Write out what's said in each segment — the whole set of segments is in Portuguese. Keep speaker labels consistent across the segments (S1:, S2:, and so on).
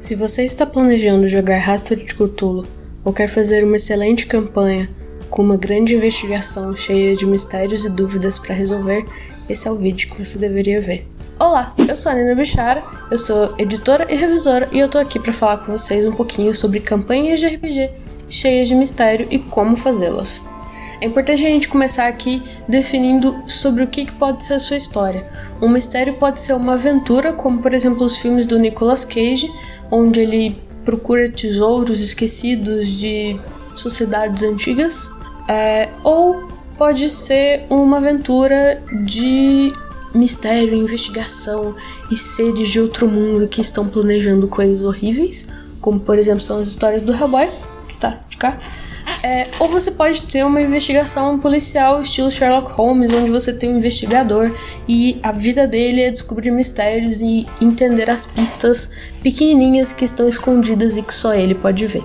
S1: Se você está planejando jogar Rastro de Cthulhu ou quer fazer uma excelente campanha com uma grande investigação cheia de mistérios e dúvidas para resolver, esse é o vídeo que você deveria ver. Olá, eu sou a Nina Bichara, eu sou editora e revisora e eu tô aqui para falar com vocês um pouquinho sobre campanhas de RPG cheias de mistério e como fazê-las. É importante a gente começar aqui definindo sobre o que pode ser a sua história. Um mistério pode ser uma aventura, como por exemplo os filmes do Nicolas Cage, onde ele procura tesouros esquecidos de sociedades antigas, ou pode ser uma aventura de mistério, investigação e seres de outro mundo que estão planejando coisas horríveis, como por exemplo são as histórias do Hellboy, que tá de cá. Ou você pode ter uma investigação policial estilo Sherlock Holmes, onde você tem um investigador e a vida dele é descobrir mistérios e entender as pistas pequenininhas que estão escondidas e que só ele pode ver.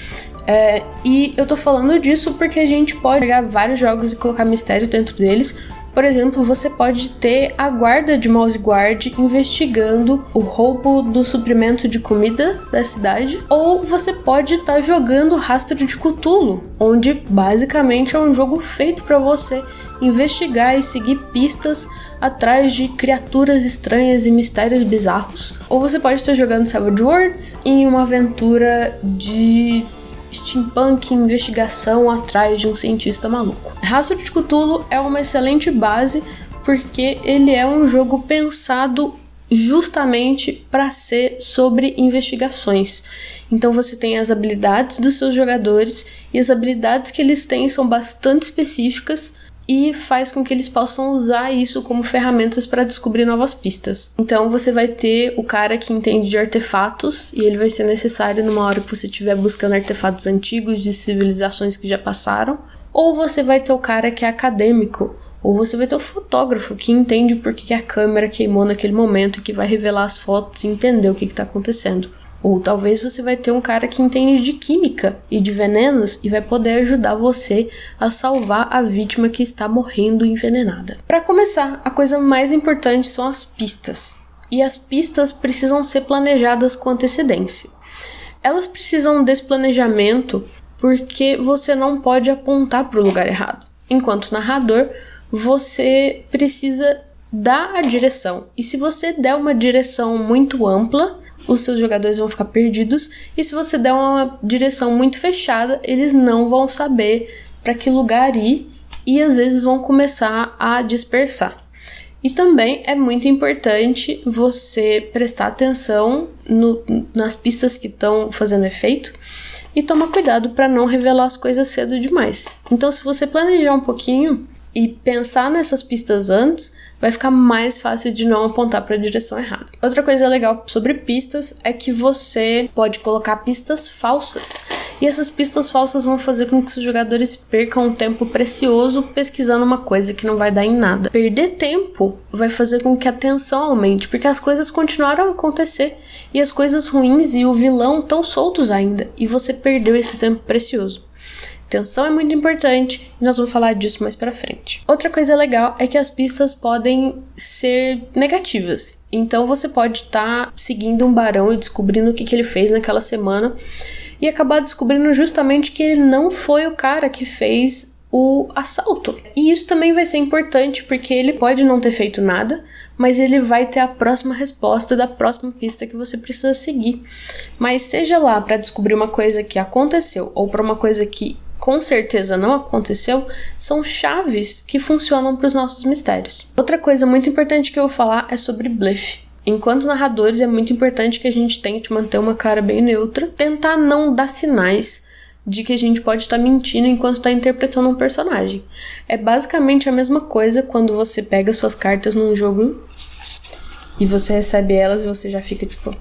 S1: E eu tô falando disso porque a gente pode pegar vários jogos e colocar mistérios dentro deles. Por exemplo, você pode ter a guarda de Mouseguard investigando o roubo do suprimento de comida da cidade, ou você pode estar jogando Rastro de Cthulhu, onde basicamente é um jogo feito para você investigar e seguir pistas atrás de criaturas estranhas e mistérios bizarros. Ou você pode estar jogando Savage Worlds em uma aventura de steampunk, investigação atrás de um cientista maluco. Rastro de Cthulhu é uma excelente base porque ele é um jogo pensado justamente para ser sobre investigações. Então você tem as habilidades dos seus jogadores e as habilidades que eles têm são bastante específicas e faz com que eles possam usar isso como ferramentas para descobrir novas pistas. Então você vai ter o cara que entende de artefatos e ele vai ser necessário numa hora que você estiver buscando artefatos antigos de civilizações que já passaram, ou você vai ter o cara que é acadêmico, ou você vai ter o fotógrafo que entende por que a câmera queimou naquele momento e que vai revelar as fotos e entender o que está acontecendo. Ou talvez você vai ter um cara que entende de química e de venenos e vai poder ajudar você a salvar a vítima que está morrendo envenenada. Para começar, a coisa mais importante são as pistas. E as pistas precisam ser planejadas com antecedência. Elas precisam desse planejamento porque você não pode apontar para o lugar errado. Enquanto narrador, você precisa dar a direção. E se você der uma direção muito ampla, os seus jogadores vão ficar perdidos, e se você der uma direção muito fechada, eles não vão saber para que lugar ir e às vezes vão começar a dispersar. E também é muito importante você prestar atenção nas pistas que estão fazendo efeito e tomar cuidado para não revelar as coisas cedo demais. Então, se você planejar um pouquinho e pensar nessas pistas antes, vai ficar mais fácil de não apontar para a direção errada. Outra coisa legal sobre pistas é que você pode colocar pistas falsas. E essas pistas falsas vão fazer com que os jogadores percam um tempo precioso pesquisando uma coisa que não vai dar em nada. Perder tempo vai fazer com que a tensão aumente, porque as coisas continuaram a acontecer e as coisas ruins e o vilão estão soltos ainda, e você perdeu esse tempo precioso. Tensão é muito importante e nós vamos falar disso mais pra frente. Outra coisa legal é que as pistas podem ser negativas. Então você pode estar seguindo um barão e descobrindo o que ele fez naquela semana e acabar descobrindo justamente que ele não foi o cara que fez o assalto. E isso também vai ser importante porque ele pode não ter feito nada, mas ele vai ter a próxima resposta da próxima pista que você precisa seguir. Mas seja lá para descobrir uma coisa que aconteceu ou para uma coisa que com certeza não aconteceu, são chaves que funcionam para os nossos mistérios. Outra coisa muito importante que eu vou falar é sobre blefe. Enquanto narradores, é muito importante que a gente tente manter uma cara bem neutra, tentar não dar sinais de que a gente pode estar mentindo enquanto está interpretando um personagem. É basicamente a mesma coisa quando você pega suas cartas num jogo e você recebe elas e você já fica tipo...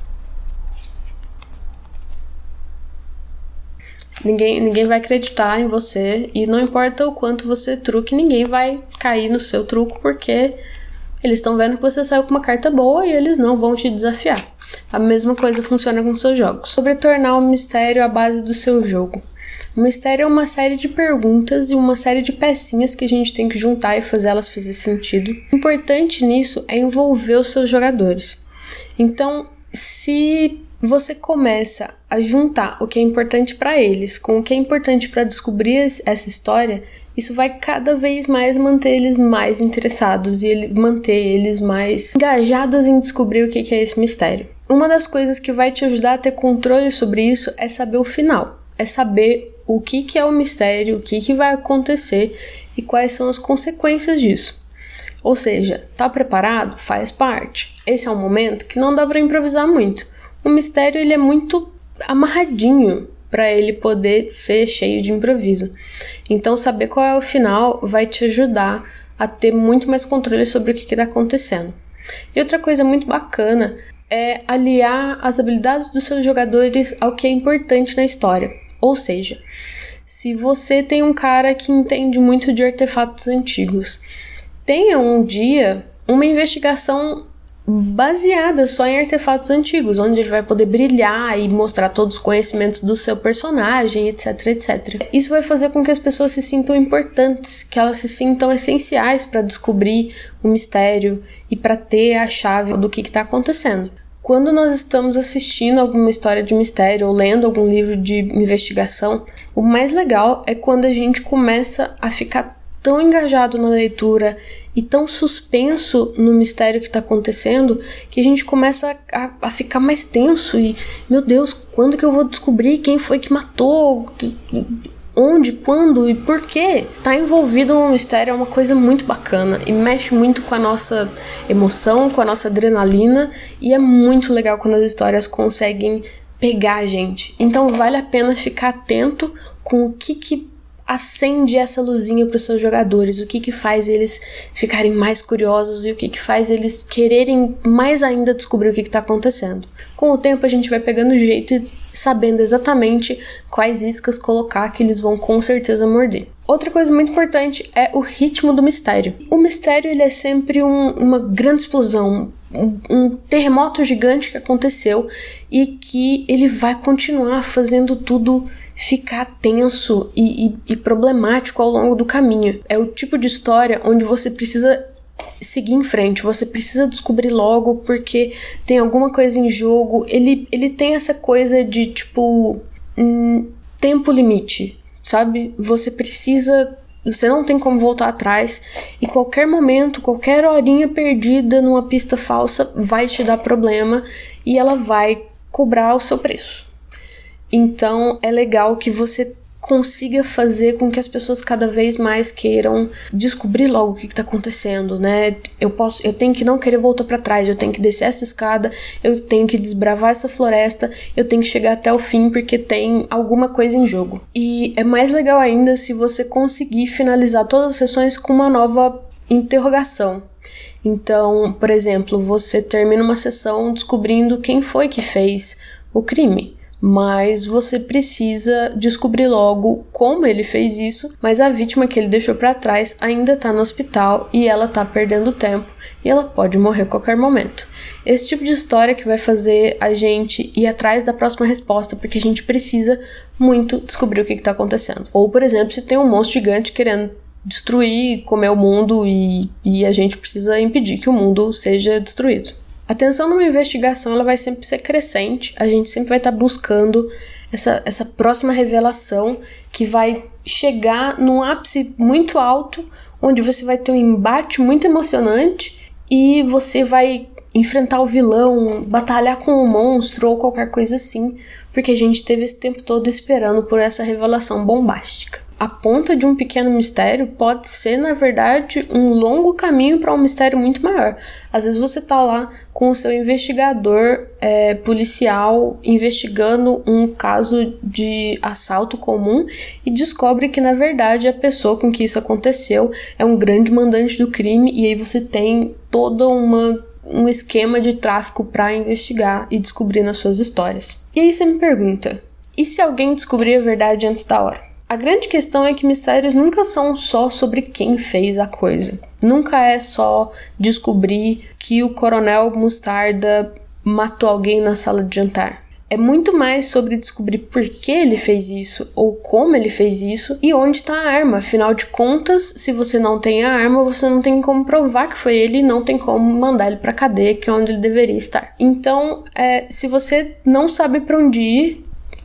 S1: Ninguém vai acreditar em você e não importa o quanto você truque, ninguém vai cair no seu truco porque eles estão vendo que você saiu com uma carta boa e eles não vão te desafiar. A mesma coisa funciona com seus jogos. Sobre tornar um mistério a base do seu jogo. O mistério é uma série de perguntas e uma série de pecinhas que a gente tem que juntar e fazer elas fazer sentido. O importante nisso é envolver os seus jogadores. Então, se você começa a juntar o que é importante para eles com o que é importante para descobrir essa história, isso vai cada vez mais manter eles mais interessados e manter eles mais engajados em descobrir o que é esse mistério. Uma das coisas que vai te ajudar a ter controle sobre isso é saber o final, é saber o que é o mistério, o que vai acontecer e quais são as consequências disso. Ou seja, tá preparado? Faz parte. Esse é um momento que não dá para improvisar muito. O mistério ele é muito amarradinho para ele poder ser cheio de improviso. Então, saber qual é o final vai te ajudar a ter muito mais controle sobre o que está acontecendo. E outra coisa muito bacana é aliar as habilidades dos seus jogadores ao que é importante na história. Ou seja, se você tem um cara que entende muito de artefatos antigos, tenha um dia uma investigação baseada só em artefatos antigos, onde ele vai poder brilhar e mostrar todos os conhecimentos do seu personagem, etc, etc. Isso vai fazer com que as pessoas se sintam importantes, que elas se sintam essenciais para descobrir o mistério e para ter a chave do que está acontecendo. Quando nós estamos assistindo alguma história de mistério ou lendo algum livro de investigação, o mais legal é quando a gente começa a ficar tão engajado na leitura e tão suspenso no mistério que está acontecendo que a gente começa a ficar mais tenso e, meu Deus, quando que eu vou descobrir quem foi que matou, onde, quando e por quê? Tá envolvido no mistério é uma coisa muito bacana e mexe muito com a nossa emoção, com a nossa adrenalina, e é muito legal quando as histórias conseguem pegar a gente. Então vale a pena ficar atento com o que acende essa luzinha para os seus jogadores, o que faz eles ficarem mais curiosos e o que faz eles quererem mais ainda descobrir o que está acontecendo. Com o tempo a gente vai pegando o jeito e sabendo exatamente quais iscas colocar que eles vão com certeza morder. Outra coisa muito importante é o ritmo do mistério. O mistério ele é sempre uma grande explosão, um terremoto gigante que aconteceu e que ele vai continuar fazendo tudo ficar tenso e problemático ao longo do caminho. É o tipo de história onde você precisa seguir em frente, você precisa descobrir logo porque tem alguma coisa em jogo. Ele tem essa coisa de tipo tempo limite, sabe? Você não tem como voltar atrás e qualquer momento, qualquer horinha perdida numa pista falsa vai te dar problema e ela vai cobrar o seu preço. Então é legal que você consiga fazer com que as pessoas cada vez mais queiram descobrir logo o que está acontecendo, né? Eu tenho que não querer voltar para trás, eu tenho que descer essa escada, eu tenho que desbravar essa floresta, eu tenho que chegar até o fim porque tem alguma coisa em jogo. E é mais legal ainda se você conseguir finalizar todas as sessões com uma nova interrogação. Então, por exemplo, você termina uma sessão descobrindo quem foi que fez o crime, mas você precisa descobrir logo como ele fez isso, mas a vítima que ele deixou para trás ainda está no hospital e ela está perdendo tempo e ela pode morrer a qualquer momento. Esse tipo de história que vai fazer a gente ir atrás da próxima resposta, porque a gente precisa muito descobrir o que está acontecendo. Ou, por exemplo, se tem um monstro gigante querendo destruir, comer o mundo e a gente precisa impedir que o mundo seja destruído. A tensão numa investigação ela vai sempre ser crescente, a gente sempre vai estar buscando essa próxima revelação que vai chegar num ápice muito alto, onde você vai ter um embate muito emocionante e você vai enfrentar o vilão, batalhar com o monstro ou qualquer coisa assim, porque a gente teve esse tempo todo esperando por essa revelação bombástica. A ponta de um pequeno mistério pode ser, na verdade, um longo caminho para um mistério muito maior. Às vezes você está lá com o seu investigador policial investigando um caso de assalto comum e descobre que, na verdade, a pessoa com que isso aconteceu é um grande mandante do crime e aí você tem todo um esquema de tráfico para investigar e descobrir nas suas histórias. E aí você me pergunta, e se alguém descobrir a verdade antes da hora? A grande questão é que mistérios nunca são só sobre quem fez a coisa. Nunca é só descobrir que o Coronel Mostarda matou alguém na sala de jantar. É muito mais sobre descobrir por que ele fez isso, ou como ele fez isso, e onde está a arma. Afinal de contas, se você não tem a arma, você não tem como provar que foi ele e não tem como mandar ele pra cadeia, que é onde ele deveria estar. Então, se você não sabe pra onde ir,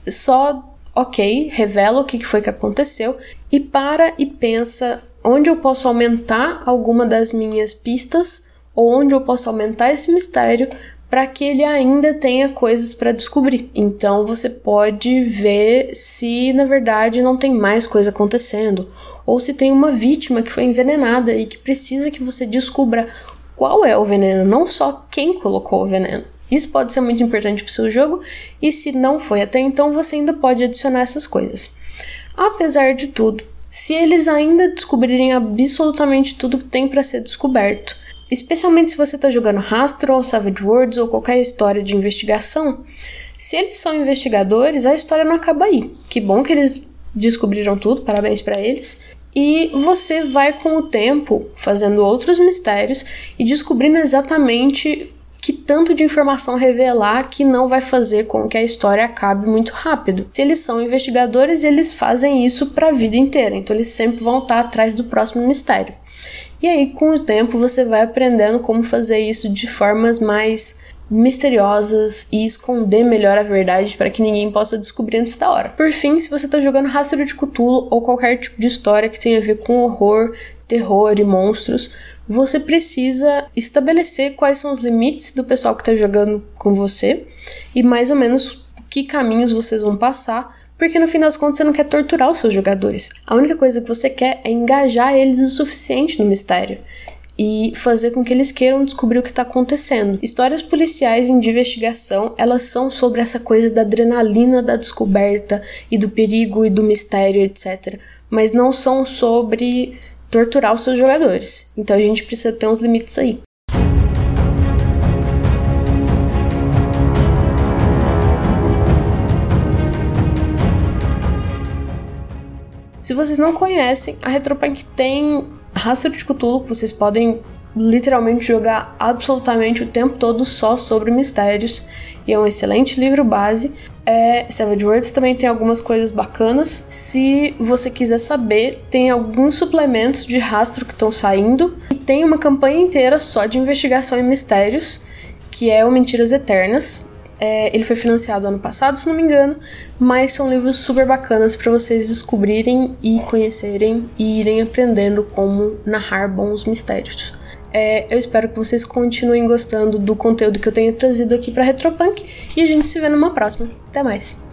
S1: só, revela o que foi que aconteceu e para e pensa onde eu posso aumentar alguma das minhas pistas ou onde eu posso aumentar esse mistério para que ele ainda tenha coisas para descobrir. Então você pode ver se na verdade não tem mais coisa acontecendo, ou se tem uma vítima que foi envenenada e que precisa que você descubra qual é o veneno, não só quem colocou o veneno. Isso pode ser muito importante para o seu jogo, e se não foi até então, você ainda pode adicionar essas coisas. Apesar de tudo, se eles ainda descobrirem absolutamente tudo que tem para ser descoberto, especialmente se você está jogando Rastro ou Savage Worlds ou qualquer história de investigação, se eles são investigadores, a história não acaba aí. Que bom que eles descobriram tudo, parabéns para eles. E você vai com o tempo fazendo outros mistérios e descobrindo exatamente que tanto de informação revelar que não vai fazer com que a história acabe muito rápido. Se eles são investigadores, eles fazem isso para a vida inteira, então eles sempre vão estar atrás do próximo mistério. E aí, com o tempo, você vai aprendendo como fazer isso de formas mais misteriosas e esconder melhor a verdade para que ninguém possa descobrir antes da hora. Por fim, se você está jogando Rastro de Cthulhu ou qualquer tipo de história que tenha a ver com horror, terror e monstros, você precisa estabelecer quais são os limites do pessoal que está jogando com você e mais ou menos que caminhos vocês vão passar, porque no fim das contas você não quer torturar os seus jogadores. A única coisa que você quer é engajar eles o suficiente no mistério e fazer com que eles queiram descobrir o que está acontecendo. Histórias policiais de investigação, elas são sobre essa coisa da adrenalina da descoberta e do perigo e do mistério, etc. Mas não são sobre torturar os seus jogadores. Então a gente precisa ter uns limites aí. Se vocês não conhecem, a Retropunk tem Rastro de Cthulhu, que vocês podem literalmente jogar absolutamente o tempo todo só sobre mistérios, e é um excelente livro base. Savage Worlds também tem algumas coisas bacanas. Se você quiser saber, tem alguns suplementos de rastro que estão saindo, e tem uma campanha inteira só de investigação e mistérios, que é o Mentiras Eternas. Ele foi financiado ano passado, se não me engano, mas são livros super bacanas para vocês descobrirem e conhecerem e irem aprendendo como narrar bons mistérios. Eu espero que vocês continuem gostando do conteúdo que eu tenho trazido aqui para Retropunk e a gente se vê numa próxima. Até mais!